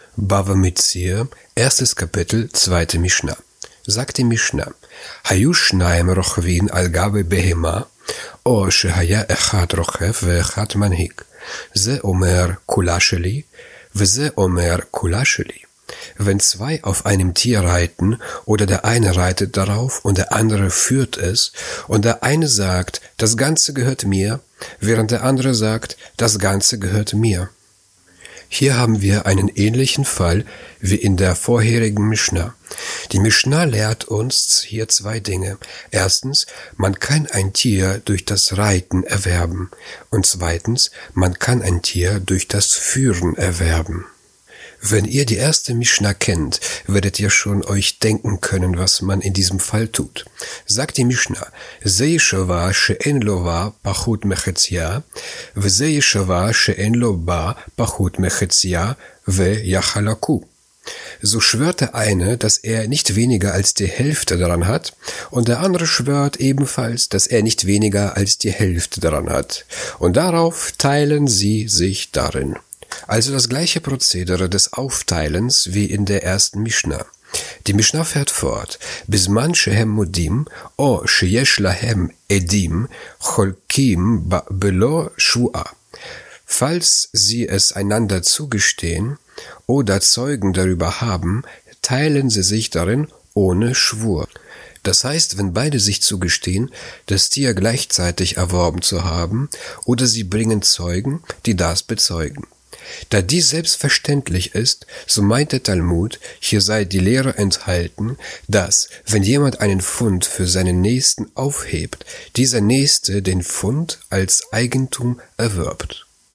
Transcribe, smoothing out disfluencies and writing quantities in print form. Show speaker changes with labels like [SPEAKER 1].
[SPEAKER 1] Bava Metzia, erstes Kapitel, zweite Mishnah. Sagt die Mishnah, Hayu shnaim rochvin al gabe behema, o shehaya echad rochev veechad manhik. Ze omer kula sheli, veze omer kula sheli. Wenn zwei auf einem Tier reiten oder der eine reitet darauf und der andere führt es und der eine sagt, das Ganze gehört mir, während der andere sagt, das Ganze gehört mir. Hier haben wir einen ähnlichen Fall wie in der vorherigen Mishnah. Die Mishnah lehrt uns hier zwei Dinge. Erstens, man kann ein Tier durch das Reiten erwerben. Und zweitens, man kann ein Tier durch das Führen erwerben. Wenn ihr die erste Mishnah kennt, werdet ihr schon euch denken können, was man in diesem Fall tut. Sagt die Mishnah, Ze yeshava she'en lo va pachut mechetzia, v'ze yeshava she'en lo ba pachut mechetzia ve'yachalaku. So schwört der eine, dass er nicht weniger als die Hälfte daran hat, und der andere schwört ebenfalls, dass er nicht weniger als die Hälfte daran hat. Und darauf teilen sie sich darin. Also das gleiche Prozedere des Aufteilens wie in der ersten Mishnah. Die Mishnah fährt fort. Bisman shehem modim, o sheyesh lahem edim, cholkim belo shua. Falls sie es einander zugestehen oder Zeugen darüber haben, teilen sie sich darin ohne Schwur. Das heißt, wenn beide sich zugestehen, das Tier gleichzeitig erworben zu haben, oder sie bringen Zeugen, die das bezeugen. Da dies selbstverständlich ist, so meint der Talmud, hier sei die Lehre enthalten, dass, wenn jemand einen Pfund für seinen Nächsten aufhebt, dieser Nächste den Pfund als Eigentum erwirbt.